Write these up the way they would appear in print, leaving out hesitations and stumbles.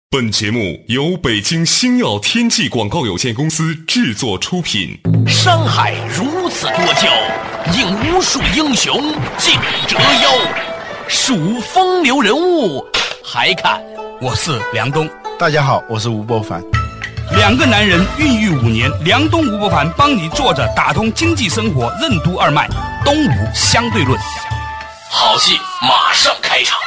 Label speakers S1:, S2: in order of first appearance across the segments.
S1: 本节目由北京星耀天际广告有限公司制作出品。
S2: 山海如此多娇，引无数英雄竞折腰。数风流人物，还看
S3: 我是梁东。
S4: 大家好，我是吴伯凡。
S3: 两个男人孕育5年，梁东吴伯凡帮你坐着打通经济生活任督二脉，东吴相对论。
S2: 好戏马上开场。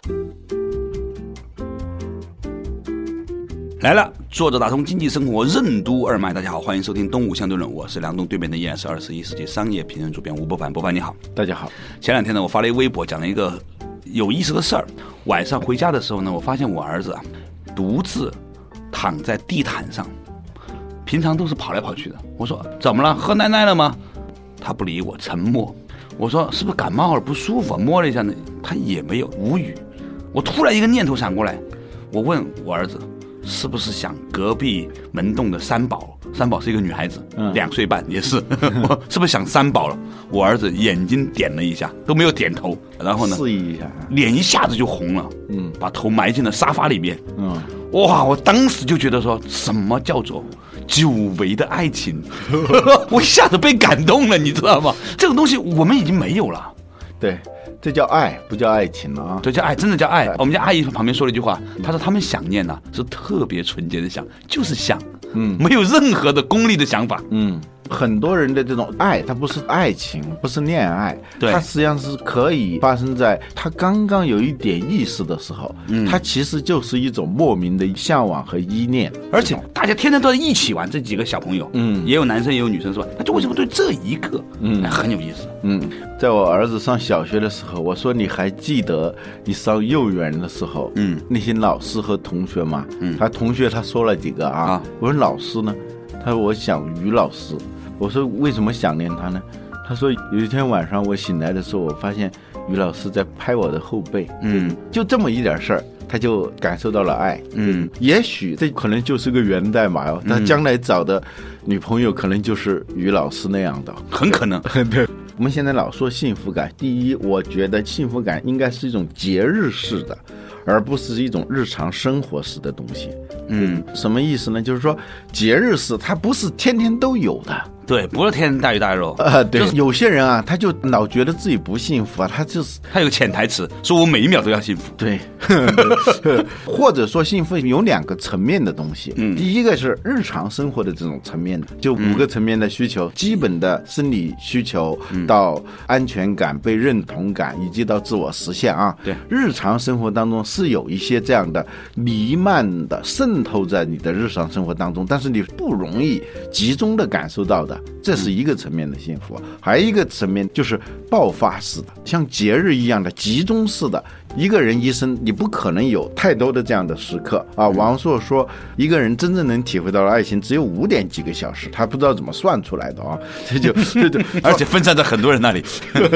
S3: 来了，坐着打通经济生活任督二脉。大家好，欢迎收听东吴相对论，我是梁东，对面的依然是21世纪商业评论主编吴伯凡。伯凡你好。
S4: 大家好。
S3: 前两天呢，我发了一微博，讲了一个有意思的事儿。晚上回家的时候呢，我发现我儿子独自躺在地毯上，平常都是跑来跑去的。我说怎么了，喝奶奶了吗？他不理我，沉默。我说是不是感冒了不舒服，摸了一下呢，他也没有，无语。我突然一个念头闪过来，我问我儿子是不是想隔壁门洞的三宝？三宝是一个女孩子，2岁半也是，是不是想三宝了？我儿子眼睛点了一下，都没有点头，然后呢，
S4: 示意一下，
S3: 脸一下子就红了，把头埋进了沙发里面，哇！我当时就觉得说，什么叫做久违的爱情？我一下子被感动了，你知道吗？这种东西我们已经没有了。
S4: 对。这叫爱，不叫爱情了啊！
S3: 这叫爱，真的叫爱。我们家阿姨旁边说了一句话，她说他们想念呢，是特别纯洁的想，就是想，没有任何的功利的想法。
S4: 很多人的这种爱，它不是爱情，不是恋爱，它实际上是可以发生在他刚刚有一点意识的时候，它其实就是一种莫名的向往和依恋。
S3: 而且大家天天都在一起玩，这几个小朋友，也有男生也有女生，是吧？他就为什么对这一个，很有意思。
S4: 在我儿子上小学的时候，我说你还记得你上幼儿园的时候，那些老师和同学吗？他同学他说了几个啊？我说老师呢？他说我想于老师。我说为什么想念他呢？他说有一天晚上我醒来的时候，我发现于老师在拍我的后背，就这么一点事儿，他就感受到了爱。也许这可能就是个源代码哦，他将来找的女朋友可能就是于老师那样的，
S3: 很可能。
S4: 对。我们现在老说幸福感，第一，我觉得幸福感应该是一种节日式的，而不是一种日常生活式的东西。什么意思呢？就是说节日式它不是天天都有的。
S3: 对，不是天天大鱼大肉。
S4: 对，就是有些人啊，他就老觉得自己不幸福啊，他
S3: 有个潜台词，说我每一秒都要幸福。
S4: 对，或者说幸福有2个层面的东西。第一个是日常生活的这种层面，就5个层面的需求，基本的生理需求到安全感、被认同感，以及到自我实现啊。
S3: 对，
S4: 日常生活当中是有一些这样的弥漫的渗透在你的日常生活当中，但是你不容易集中的感受到的。这是一个层面的幸福。还有一个层面就是爆发式的，像节日一样的集中式的。一个人一生你不可能有太多的这样的时刻啊。王朔说一个人真正能体会到了爱情只有5点几个小时，他不知道怎么算出来的啊。
S3: 而且分散在很多人那里。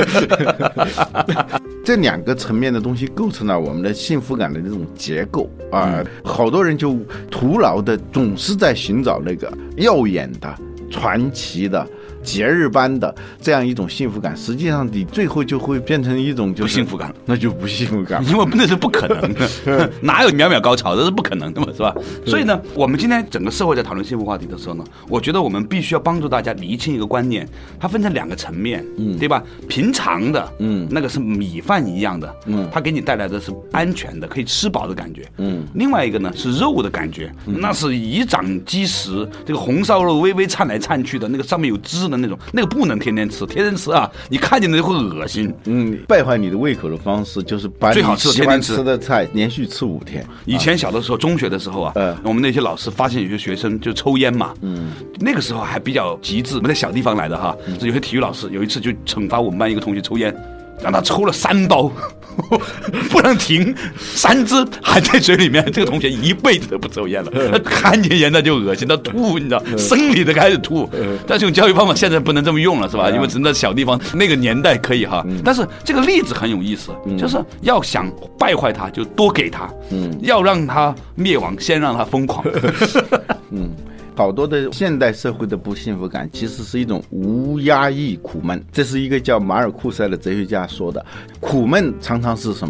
S4: 这2个层面的东西构成了我们的幸福感的这种结构啊。好多人就徒劳的总是在寻找那个耀眼的、传奇的、节日般的这样一种幸福感，实际上你最后就会变成一种就是
S3: 不幸福感，
S4: 那就不幸福感，
S3: 因为那是不可能的，哪有秒秒高潮，这是不可能的嘛，是吧？所以呢，我们今天整个社会在讨论幸福话题的时候呢，我觉得我们必须要帮助大家厘清一个观念，它分成2个层面，对吧？平常的，那个是米饭一样的，它给你带来的是安全的、可以吃饱的感觉，另外一个呢是肉的感觉，那是以长积食，这个红烧肉微微颤来颤去的，那个上面有汁的那种，那个不能天天吃，天天吃啊，你看见了会恶心。
S4: 败坏你的胃口的方式就是把你喜欢吃的菜连续吃5天。
S3: 以前小的时候，中学的时候啊，我们那些老师发现有些学生就抽烟嘛，那个时候还比较极致，我们在小地方来的哈，有些体育老师有一次就惩罚我们班一个同学抽烟，让他抽了3包。不让停，3支含在嘴里面，这个同学一辈子都不抽烟了。看见烟他就恶心，他吐，你知道，生理的开始吐。但是用教育方法现在不能这么用了，是吧？因为只能在小地方，那个年代可以哈。但是这个例子很有意思，就是要想败坏他，就多给他；要让他灭亡，先让他疯狂。
S4: 好多的现代社会的不幸福感其实是一种无压抑苦闷，这是一个叫马尔库塞的哲学家说的。苦闷常常是什么？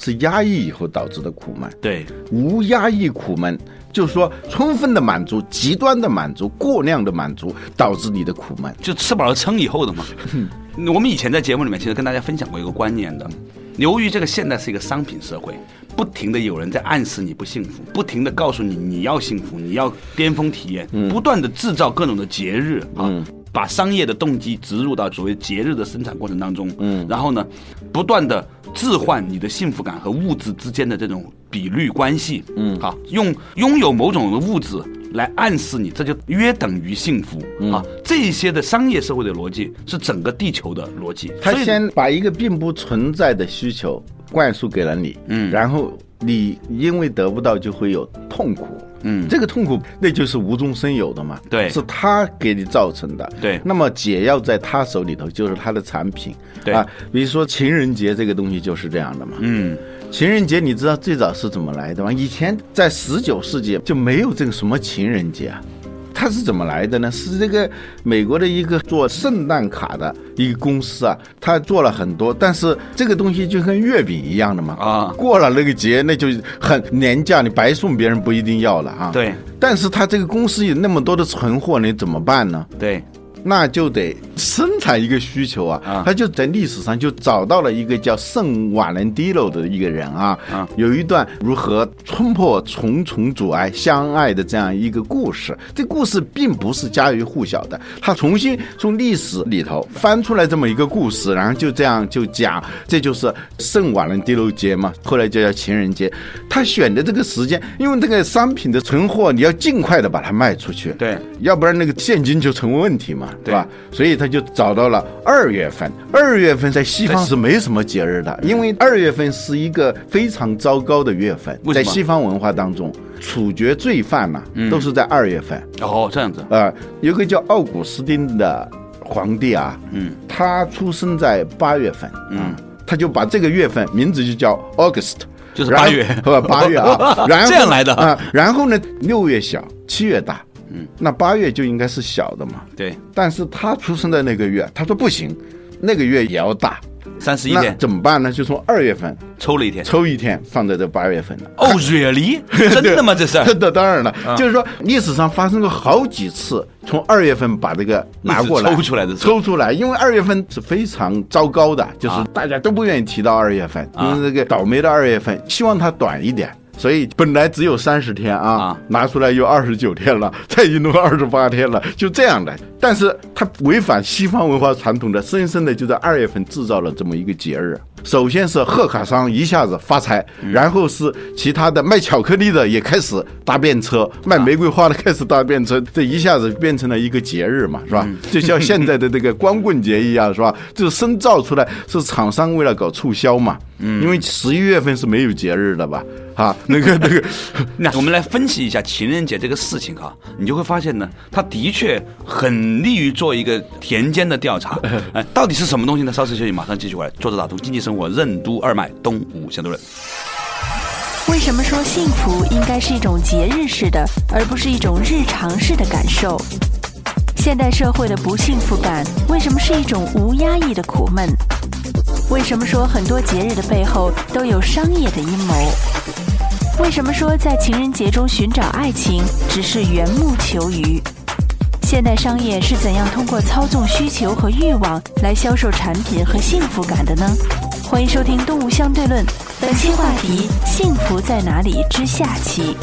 S4: 是压抑以后导致的苦闷。
S3: 对，
S4: 无压抑苦闷，就是说充分的满足、极端的满足、过量的满足导致你的苦闷，
S3: 就吃饱了撑以后的嘛。我们以前在节目里面其实跟大家分享过一个观念的，由于这个现在是一个商品社会，不停的有人在暗示你不幸福，不停的告诉你你要幸福，你要巅峰体验，不断的制造各种的节日啊。把商业的动机植入到所谓节日的生产过程当中，然后呢，不断的置换你的幸福感和物质之间的这种比率关系，拥有某种的物质来暗示你，这就约等于幸福啊！这些的商业社会的逻辑是整个地球的逻辑，
S4: 他先把一个并不存在的需求灌输给了你，然后你因为得不到就会有痛苦。这个痛苦那就是无中生有的嘛，
S3: 对，
S4: 是他给你造成的，
S3: 对。
S4: 那么解药在他手里头，就是他的产品，
S3: 对
S4: 啊，比如说情人节这个东西就是这样的嘛，情人节你知道最早是怎么来的吗？以前在19世纪就没有这个什么情人节啊。它是怎么来的呢？是这个美国的一个做圣诞卡的一个公司啊，他做了很多，但是这个东西就跟月饼一样的嘛，过了那个节那就很廉价，你白送别人不一定要了啊。
S3: 对，
S4: 但是他这个公司有那么多的存货，你怎么办呢？
S3: 对。
S4: 那就得生产一个需求啊，他就在历史上就找到了一个叫圣瓦伦蒂诺的一个人啊，有一段如何冲破重重阻碍相爱的这样一个故事。这故事并不是家喻户晓的，他重新从历史里头翻出来这么一个故事，然后就这样就讲，这就是圣瓦伦蒂诺节嘛，后来就叫情人节。他选的这个时间，因为这个商品的存货你要尽快的把它卖出去，
S3: 对，
S4: 要不然那个现金就成问题嘛。对吧？所以他就找到了2月份。2月份在西方是没什么节日的，因为2月份是一个非常糟糕的月份，在西方文化当中，处决罪犯嘛，都是在2月份。
S3: 哦，这样子。
S4: 有个叫奥古斯丁的皇帝啊，他出生在8月份，他就把这个月份名字就叫 August，
S3: 就是8月
S4: ，8月啊，然后
S3: 这样来的啊。
S4: 然后呢，6月小，7月大。那8月就应该是小的嘛，
S3: 对。
S4: 但是他出生的那个月，他说不行，那个月也要大
S3: ，31天。
S4: 那怎么办呢？就从2月份
S3: 抽了一天，
S4: 抽一天放在这8月份了。
S3: 哦，really？ 真的吗？这是？
S4: 真的，当然了。就是说，历史上发生过好几次，从2月份把这个拿过来，抽出来，因为2月份是非常糟糕的，就是大家都不愿意提到2月份，因为这个倒霉的2月份，希望它短一点。所以本来只有30天啊，拿出来又29天了，再一弄28天了，就这样的。但是它违反西方文化传统的，深深的就在2月份制造了这么一个节日。首先是贺卡商一下子发财，然后是其他的卖巧克力的也开始搭便车，卖玫瑰花的开始搭便车，这一下子变成了一个节日嘛，是吧？就像现在的这个光棍节一样，是吧？就是深造出来是厂商为了搞促销嘛，因为11月份是没有节日的吧？那
S3: 我们来分析一下情人节这个事情哈，你就会发现呢，它的确很利于做一个田间的调查。到底是什么东西呢？稍事休息，马上继续回来。坐着打通经济生活任督二脉，东吴相对论。
S5: 为什么说幸福应该是一种节日式的，而不是一种日常式的感受？现代社会的不幸福感为什么是一种无压抑的苦闷？为什么说很多节日的背后都有商业的阴谋？为什么说在情人节中寻找爱情只是缘木求鱼？现代商业是怎样通过操纵需求和欲望来销售产品和幸福感的呢？欢迎收听《东吴相对论》，本期话题：幸福在哪里之下期。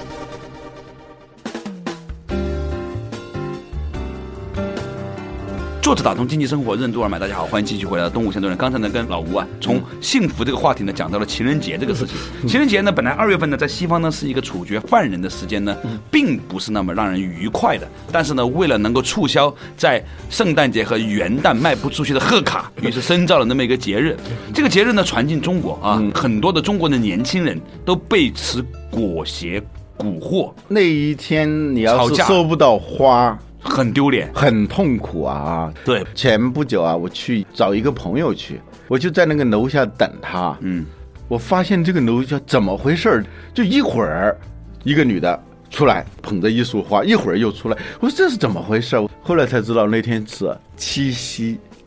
S3: 作者打通经济生活任督二脉，大家好，欢迎继续回来到东吴相对论。刚才呢跟老吴啊从幸福这个话题呢讲到了情人节这个事情。情人节呢本来2月份呢在西方呢是一个处决犯人的时间呢，并不是那么让人愉快的。但是呢为了能够促销在圣诞节和元旦卖不出去的贺卡，于是深造了那么一个节日。这个节日呢传进中国啊，很多的中国的年轻人都被此裹挟蛊惑。
S4: 那一天你要是收不到花，
S3: 很丢脸，
S4: 很痛苦啊！
S3: 对，
S4: 前不久啊，我去找一个朋友去，我就在那个楼下等他。我发现这个楼下怎么回事？就一会儿一个女的出来捧着一束花，一会儿又出来，我说这是怎么回事？后来才知道那天是七夕。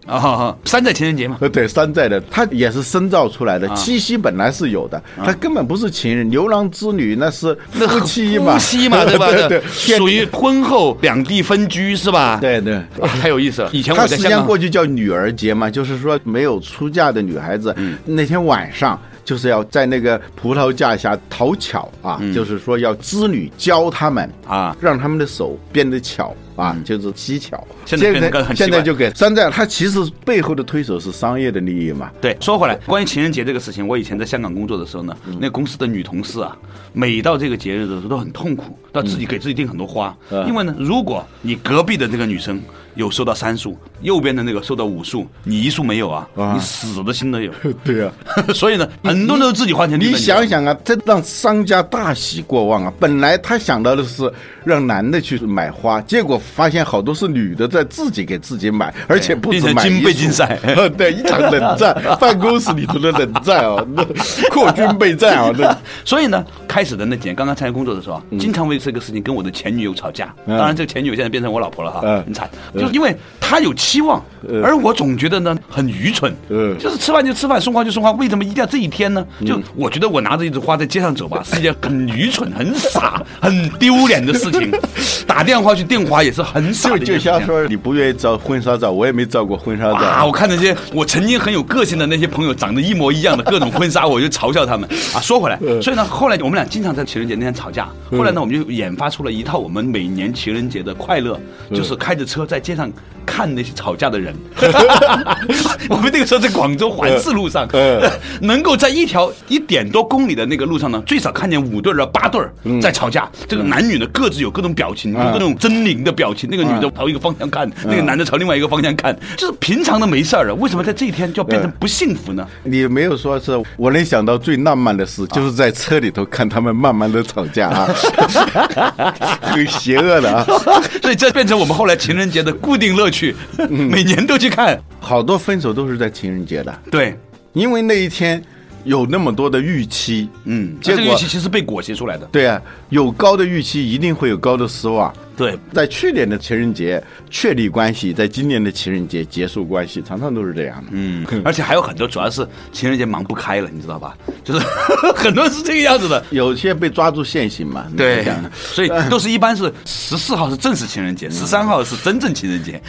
S3: 山寨情人节嘛，
S4: 对，山寨的，它也是深造出来的。七夕本来是有的，它根本不是情人，牛郎织女那是夫妻嘛，
S3: 对吧？
S4: 对，
S3: 属于婚后两地分居是吧？
S4: 对对，
S3: 太有意思了。以前我在香港，
S4: 它实际上过去叫女儿节嘛，就是说没有出嫁的女孩子，那天晚上就是要在那个葡萄架下讨巧啊，就是说要织女教他们啊，让他们的手变得巧啊，就是技巧。现在就给山寨，它其实背后的推手是商业的利益嘛。
S3: 对，说回来，关于情人节这个事情，我以前在香港工作的时候呢，那公司的女同事啊，每到这个节日的时候都很痛苦，要自己给自己订很多花，因为呢，如果你隔壁的这个女生有收到3束，右边的那个收到5束，你1束没有啊，你死的心都有。
S4: 对啊，
S3: 所以呢，很多人都自己花钱。
S4: 你想想啊，这让商家大喜过望啊！本来他想到的是让男的去买花，结果发现好多是女的在自己给自己买，而且不止买
S3: 金备竞赛，
S4: 对，一场冷战，办公室里头的冷战啊，扩军备战啊。
S3: 所以呢，开始的那几年，刚刚参加工作的时候，经常为这个事情跟我的前女友吵架。当然，这个前女友现在变成我老婆了哈，很惨，就是因为她有期望，而我总觉得呢很愚蠢，就是吃饭就吃饭，送花就送花，为什么一定要这一天呢？就我觉得我拿着一枝花在街上走吧，是一件很愚蠢、很傻、很丢脸的事情。打电话去订花也是很傻的一件事情。
S4: 就像说你不愿意照婚纱照，我也没照过婚纱照
S3: 啊。我看那些我曾经很有个性的那些朋友，长得一模一样的各种婚纱，我就嘲笑他们啊。说回来，所以呢，后来我们俩经常在情人节那天吵架。后来呢，我们就研发出了一套我们每年情人节的快乐，就是开着车在街上看那些吵架的人。我们那个时候在广州环市路上，能够在1点多公里的那个路上呢，最少看见5对到8对在吵架。这个男女呢各自有各种表情，有各种狰狞的表情。那个女的朝一个方向看，那个男的朝另外一个方向看，就是平常的没事儿，为什么在这一天就要变成不幸福呢？
S4: 你没有说是我能想到最浪漫的事，就是在车里头看他们慢慢的吵架啊，很邪恶的啊。
S3: 所以这变成我们后来情人节的固定乐趣，每年都去看。
S4: 好多分手都是在情人节的，
S3: 对，
S4: 因为那一天有那么多的预期，
S3: 结果这个预期其实被裹挟出来的。
S4: 对啊，有高的预期，一定会有高的失望。
S3: 对，
S4: 在去年的情人节确立关系，在今年的情人节结束关系，常常都是这样的。
S3: 而且还有很多，主要是情人节忙不开了，你知道吧？就是很多人是这个样子的，
S4: 有些被抓住现行嘛。
S3: 对，所以都是一般是14号是正式情人节，13号是真正情人节。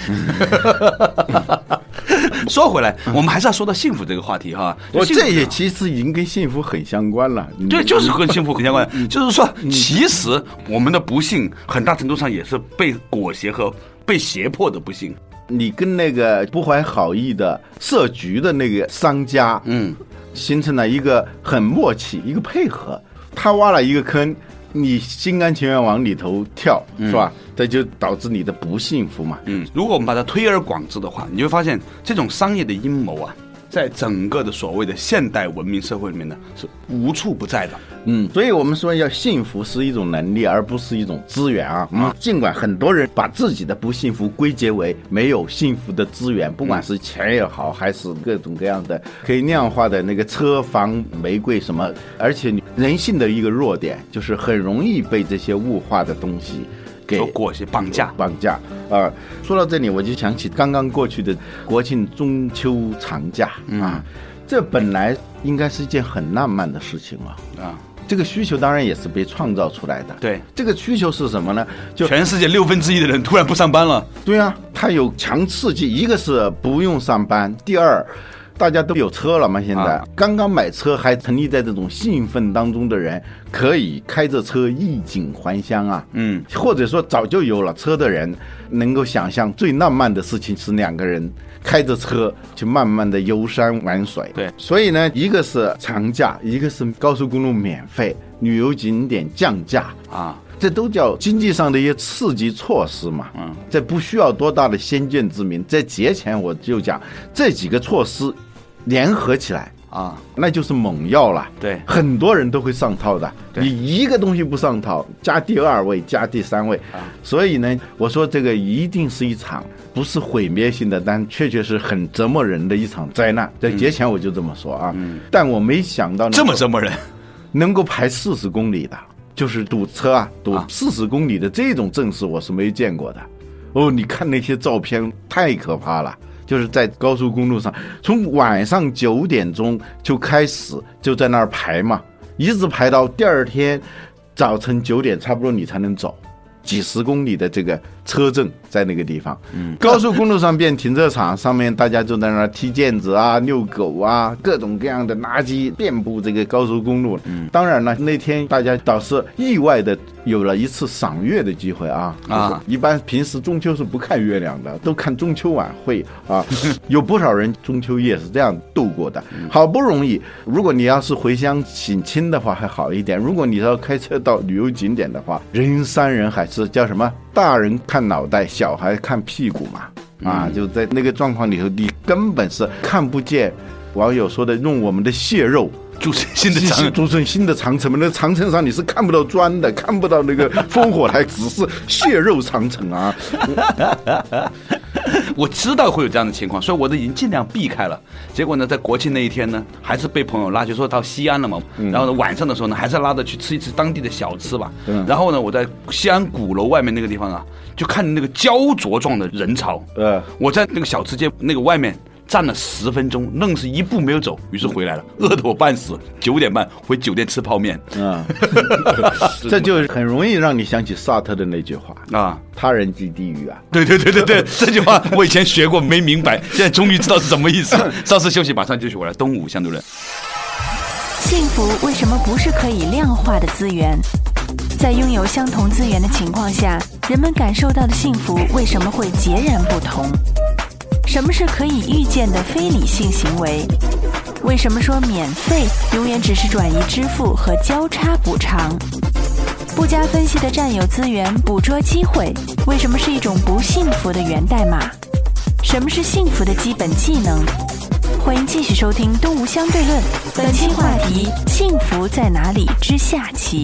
S3: 说回来，我们还是要说到幸福这个话题哈。
S4: 这也其实已经跟幸福很相关了。
S3: 对，就是和幸福很相关。就是说，其实我们的不幸很大程度上也是被裹挟和被胁迫的不幸。
S4: 你跟那个不怀好意的设局的那个商家，形成了一个很默契，一个配合。他挖了一个坑，你心甘情愿往里头跳，是吧？这就导致你的不幸福嘛。
S3: 如果我们把它推而广之的话，你会发现这种商业的阴谋啊，在整个的所谓的现代文明社会里面呢，是无处不在的。
S4: 所以我们说要幸福是一种能力，而不是一种资源啊。尽管很多人把自己的不幸福归结为没有幸福的资源，不管是钱也好，还是各种各样的可以量化的那个车房玫瑰什么，而且人性的一个弱点就是很容易被这些物化的东西给
S3: 裹挟绑架
S4: 啊。说到这里，我就想起刚刚过去的国庆中秋长假啊，这本来应该是一件很浪漫的事情啊。这个需求当然也是被创造出来的。
S3: 对，
S4: 这个需求是什么呢？就
S3: 全世界1/6的人突然不上班了。
S4: 对啊，它有强刺激，一个是不用上班，第二，大家都有车了嘛，现在刚刚买车还沉溺在这种兴奋当中的人，可以开着车衣锦还乡啊。或者说早就有了车的人，能够想象最浪漫的事情是2个人开着车去慢慢的游山玩水。
S3: 对，
S4: 所以呢，一个是长假，一个是高速公路免费，旅游景点降价啊，这都叫经济上的一些刺激措施嘛。这不需要多大的先见之明。在节前我就讲这几个措施联合起来啊，那就是猛药了。
S3: 对，
S4: 很多人都会上套的。你一个东西不上套，加第2位，加第3位。所以呢，我说这个一定是一场不是毁灭性的，但确是很折磨人的一场灾难。在节前我就这么说啊。但我没想到
S3: 这么折磨人，
S4: 能够排40公里的，就是堵车啊，堵40公里的这种阵势我是没见过的。你看那些照片太可怕了。 就是在高速公路上，从晚上9点钟就开始就在那儿排嘛，一直排到第二天早晨9点，差不多你才能走。几十公里的这个车阵在那个地方，高速公路上边停车场上面，大家就在那儿踢毽子啊、遛狗啊，各种各样的垃圾遍布这个高速公路。当然了，那天大家倒是意外的有了一次赏月的机会啊！一般平时中秋是不看月亮的，都看中秋晚会啊。有不少人中秋夜是这样度过的。好不容易，如果你要是回乡省亲的话还好一点，如果你要开车到旅游景点的话，人山人海，是叫什么？大人看脑袋，小孩看屁股嘛。就在那个状况里头，你根本是看不见。网友说的，用我们的血肉
S3: 筑成新的长
S4: 城嘛，那长城上你是看不到砖的，看不到那个烽火台，只是血肉长城啊。
S3: 我知道会有这样的情况，所以我都已经尽量避开了。结果呢，在国庆那一天呢，还是被朋友拉，就说到西安了嘛。然后呢，晚上的时候呢，还是拉着去吃一吃当地的小吃吧。然后呢，我在西安鼓楼外面那个地方啊，就看着那个焦灼状的人潮。我在那个小吃街那个外面站了10分钟，愣是一步没有走，于是回来了，饿得我半死。9点半回酒店吃泡面。
S4: 这就很容易让你想起萨特的那句话啊：“他人即地狱啊。”
S3: 对，这句话我以前学过没明白，现在终于知道是什么意思。稍事休息，马上继续回来。东吴相对论。
S5: 幸福为什么不是可以量化的资源？在拥有相同资源的情况下，人们感受到的幸福为什么会截然不同？什么是可以预见的非理性行为？为什么说免费永远只是转移支付和交叉补偿？不加分析的占有资源、捕捉机会，为什么是一种不幸福的源代码？什么是幸福的基本技能？欢迎继续收听《东吴相对论》，本期话题：幸福在哪里之下期。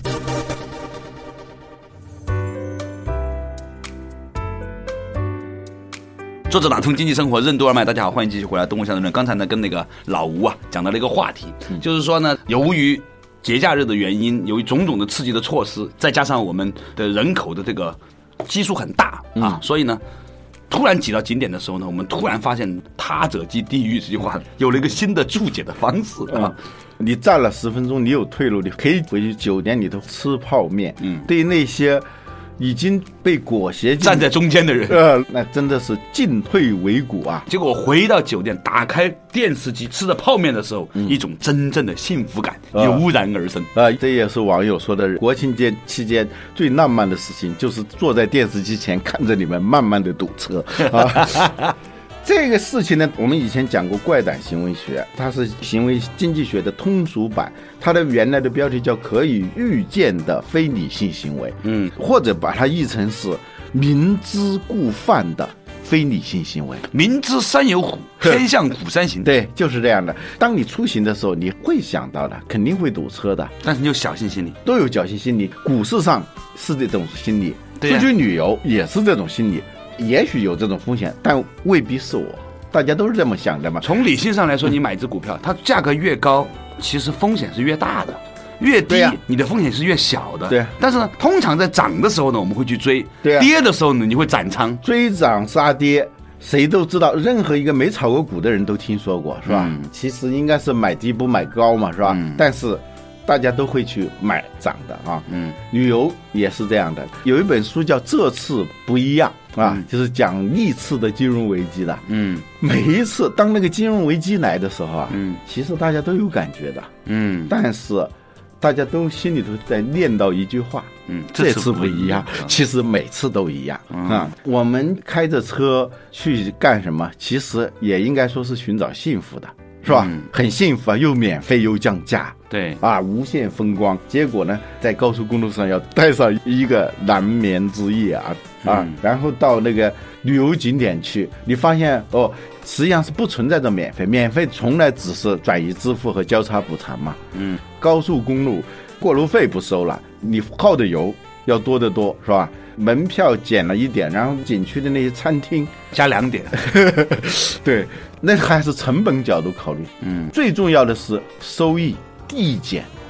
S3: 作者打通经济生活任督二脉，大家好，欢迎继续回来东吴相对论。刚才呢，跟那个老吴啊讲到了一个话题，就是说呢，由于节假日的原因，由于种种的刺激的措施，再加上我们的人口的这个基数很大啊，所以呢，突然挤到景点的时候呢，我们突然发现他者即地狱这句话有了一个新的注解的方式啊。
S4: 你站了10分钟，你有退路，你可以回去酒店里头吃泡面。对于那些已经被裹挟
S3: 站在中间的人，
S4: 那真的是进退维谷啊！
S3: 结果我回到酒店，打开电视机，吃着泡面的时候，一种真正的幸福感油然而生。
S4: 这也是网友说的，国庆节期间最浪漫的事情，就是坐在电视机前看着你们慢慢的堵车啊。这个事情呢，我们以前讲过怪诞行为学，它是行为经济学的通俗版，它的原来的标题叫可以预见的非理性行为，或者把它译成是明知故犯的非理性行为。
S3: 明知山有虎，偏向虎山行。
S4: 对，就是这样的。当你出行的时候，你会想到的，肯定会堵车的，
S3: 但是你有侥幸心理，
S4: 都有侥幸心理。股市上是这种心理，出去旅游也是这种心理。也许有这种风险，但未必是我。大家都是这么想的嘛。
S3: 从理性上来说，你买一只股票，它价格越高，其实风险是越大的；越低，你的风险是越小的。
S4: 对。
S3: 但是呢，通常在涨的时候呢，我们会去追；跌的时候呢，你会斩仓。
S4: 追涨杀跌，谁都知道，任何一个没炒过股的人都听说过，是吧？其实应该是买低不买高嘛，是吧？但是大家都会去买涨的啊。旅游也是这样的。有一本书叫《这次不一样》啊，就是讲历次的金融危机的。每一次当那个金融危机来的时候啊，其实大家都有感觉的。但是大家都心里头在念叨一句话，这次不一样，其实每次都一样啊。我们开着车去干什么？其实也应该说是寻找幸福的，是吧？很幸福啊，又免费又降价。
S3: 对
S4: 啊，无限风光。结果呢，在高速公路上要待上一个难眠之夜啊，然后到那个旅游景点去，你发现实际上是不存在着免费，免费从来只是转移支付和交叉补偿嘛。高速公路过路费不收了，你耗的油要多得多，是吧？门票减了1点，然后景区的那些餐厅
S3: 加2点。
S4: 对，那还是成本角度考虑。最重要的是收益递减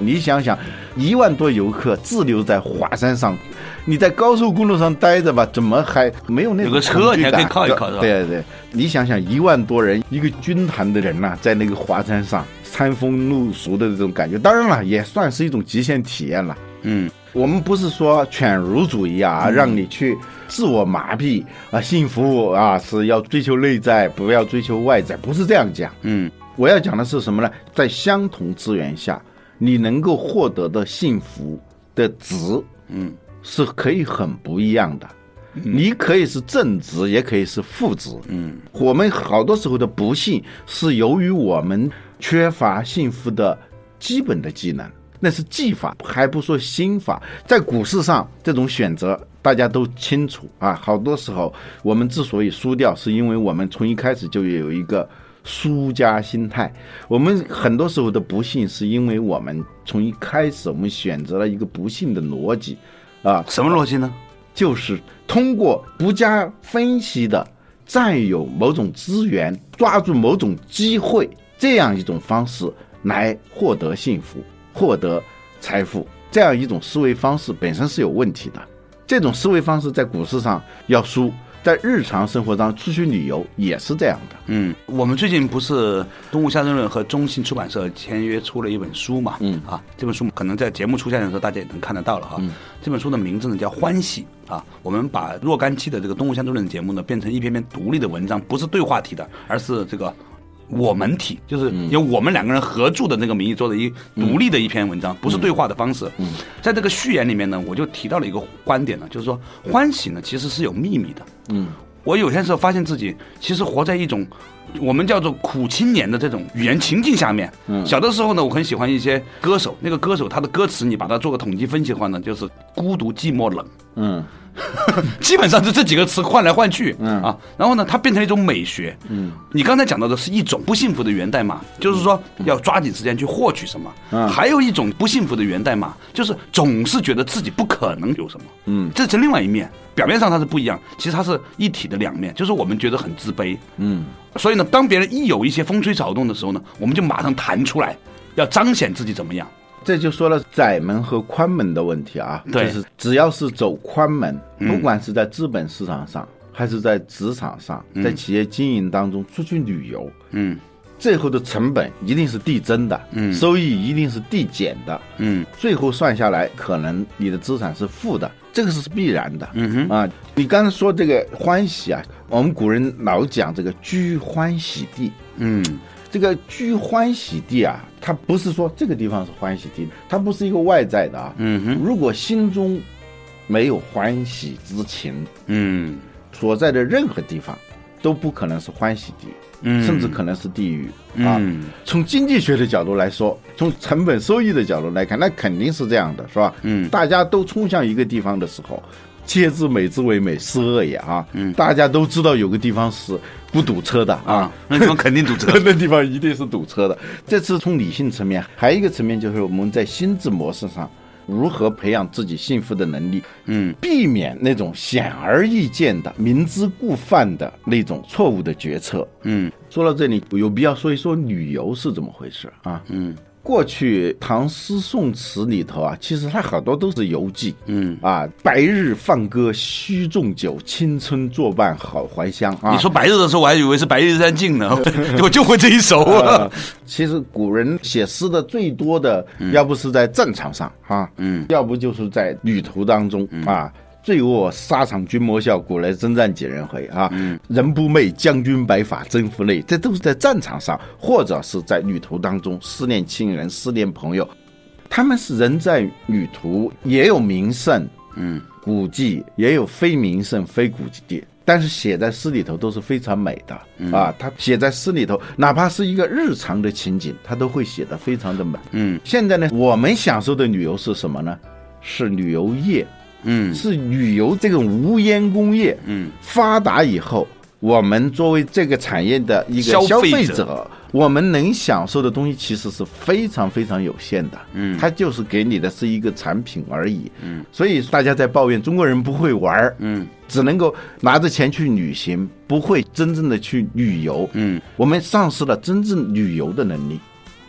S4: 你想想，1万多游客滞留在华山上，你在高速公路上待着吧，怎么还没有那种
S3: 有个车你还可以靠一靠，
S4: 对对，你想想1万多人，一个军团的人呐、在那个华山上餐风露宿的这种感觉，当然了，也算是一种极限体验了。我们不是说犬儒主义啊，让你去自我麻痹啊，幸福啊是要追求内在，不要追求外在，不是这样讲。我要讲的是什么呢？在相同资源下，你能够获得的幸福的值，是可以很不一样的。你可以是正值，也可以是负值。我们好多时候的不幸是由于我们缺乏幸福的基本的技能。那是技法，还不说心法。在股市上，这种选择大家都清楚啊。好多时候我们之所以输掉，是因为我们从一开始就有一个输家心态。我们很多时候的不幸，是因为我们从一开始我们选择了一个不幸的逻辑啊。
S3: 什么逻辑呢？
S4: 就是通过不加分析的占有某种资源，抓住某种机会，这样一种方式来获得幸福，获得财富。这样一种思维方式本身是有问题的。这种思维方式在股市上要输，在日常生活上出去旅游也是这样的。
S3: 我们最近不是东吴相对论和中信出版社签约出了一本书嘛？这本书可能在节目出现的时候大家也能看得到了哈。这本书的名字呢叫欢喜啊。我们把若干期的这个东吴相对论的节目呢变成一篇篇独立的文章，不是对话体的，而是这个我们体，就是由我们2个人合著的那个名义做的一独立的一篇文章，不是对话的方式。在这个序言里面呢，我就提到了一个观点呢，就是说欢喜呢其实是有秘密的。我有些时候发现自己其实活在一种我们叫做苦青年的这种语言情境下面。小的时候呢，我很喜欢一些歌手，那个歌手他的歌词你把它做个统计分析的话呢，就是孤独寂寞冷。基本上是这几个词换来换去。然后呢它变成一种美学。你刚才讲到的是一种不幸福的源代码，就是说要抓紧时间去获取什么。还有一种不幸福的源代码，就是总是觉得自己不可能有什么。这是另外一面，表面上它是不一样，其实它是一体的两面，就是我们觉得很自卑。所以呢当别人一有一些风吹草动的时候呢，我们就马上弹出来，要彰显自己怎么样。
S4: 这就说了窄门和宽门的问题啊。
S3: 对，
S4: 就是只要是走宽门，不管是在资本市场上，还是在职场上，在企业经营当中出去旅游，最后的成本一定是递增的，收益一定是递减的，最后算下来，可能你的资产是负的，这个是必然的。你刚才说这个欢喜啊，我们古人老讲这个居欢喜地。这个居欢喜地啊，它不是说这个地方是欢喜地，它不是一个外在的啊。如果心中没有欢喜之情，所在的任何地方都不可能是欢喜地，甚至可能是地狱啊。从经济学的角度来说，从成本收益的角度来看，那肯定是这样的，是吧？大家都冲向一个地方的时候，切之美之为美，是恶也啊。大家都知道有个地方是不堵车的啊，
S3: 那地方肯定堵车，
S4: 那地方一定是堵车的。这是从理性层面，还有一个层面就是我们在心智模式上如何培养自己幸福的能力，避免那种显而易见的明知故犯的那种错误的决策。说到这里，有必要说一说旅游是怎么回事啊。过去唐诗宋词里头啊，其实它好多都是游记。白日放歌须纵酒，青春作伴好怀乡啊。
S3: 你说白日的时候，我还以为是白日山尽呢，我就会这一首啊。
S4: 其实古人写诗的最多的，要不是在战场上啊，要不就是在旅途当中啊。醉卧沙场君莫笑，古来征战几人回啊！人不寐，将军白发征服累。这都是在战场上，或者是在旅途当中思念亲人、思念朋友。他们是人在旅途，也有名胜，古迹，也有非名胜、非古迹地。但是写在诗里头都是非常美的啊！他写在诗里头，哪怕是一个日常的情景，他都会写得非常的美。现在呢，我们享受的旅游是什么呢？是旅游业。是旅游这种无烟工业发达以后，我们作为这个产业的一个消费者，我们能享受的东西其实是非常非常有限的。它就是给你的是一个产品而已。所以大家在抱怨中国人不会玩，只能够拿着钱去旅行，不会真正的去旅游。我们丧失了真正旅游的能力。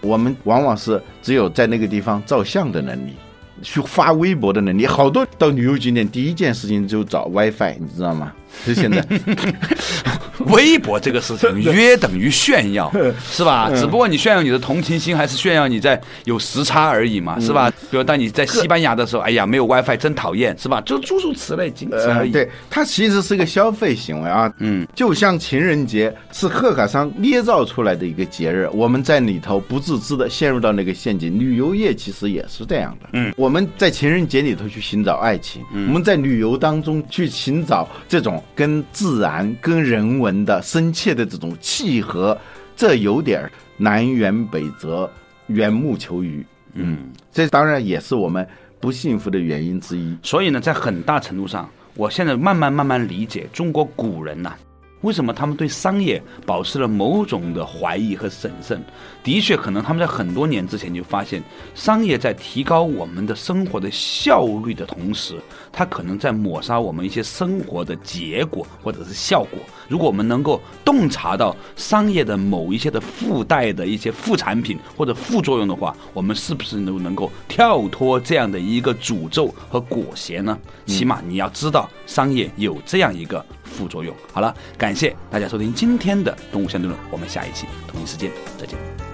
S4: 我们往往是只有在那个地方照相的能力，去发微博的能力。好多到旅游景点第一件事情就找 WiFi， 你知道吗？就现在
S3: 微博这个事情约等于炫耀，是吧？只不过你炫耀你的同情心，还是炫耀你在有时差而已嘛，是吧？比如当你在西班牙的时候，哎呀，没有 WiFi 真讨厌，是吧？就诸如此类，仅此而已。
S4: 对，它其实是个消费行为啊。就像情人节是贺卡商捏造出来的一个节日，我们在里头不自知的陷入到那个陷阱。旅游业其实也是这样的。我们在情人节里头去寻找爱情，我们在旅游当中去寻找这种跟自然、跟人文的深切的这种契合，这有点南辕北辙、缘木求鱼。这当然也是我们不幸福的原因之一。
S3: 所以呢，在很大程度上，我现在慢慢理解中国古人呐，为什么他们对商业保持了某种的怀疑和审慎。的确，可能他们在很多年之前就发现，商业在提高我们的生活的效率的同时，它可能在抹杀我们一些生活的结果或者是效果。如果我们能够洞察到商业的某一些的附带的一些副产品或者副作用的话，我们是不是能够跳脱这样的一个诅咒和裹挟呢？起码你要知道商业有这样一个副作用。好了，感谢大家收听今天的动物相对论，我们下一期同一时间再见。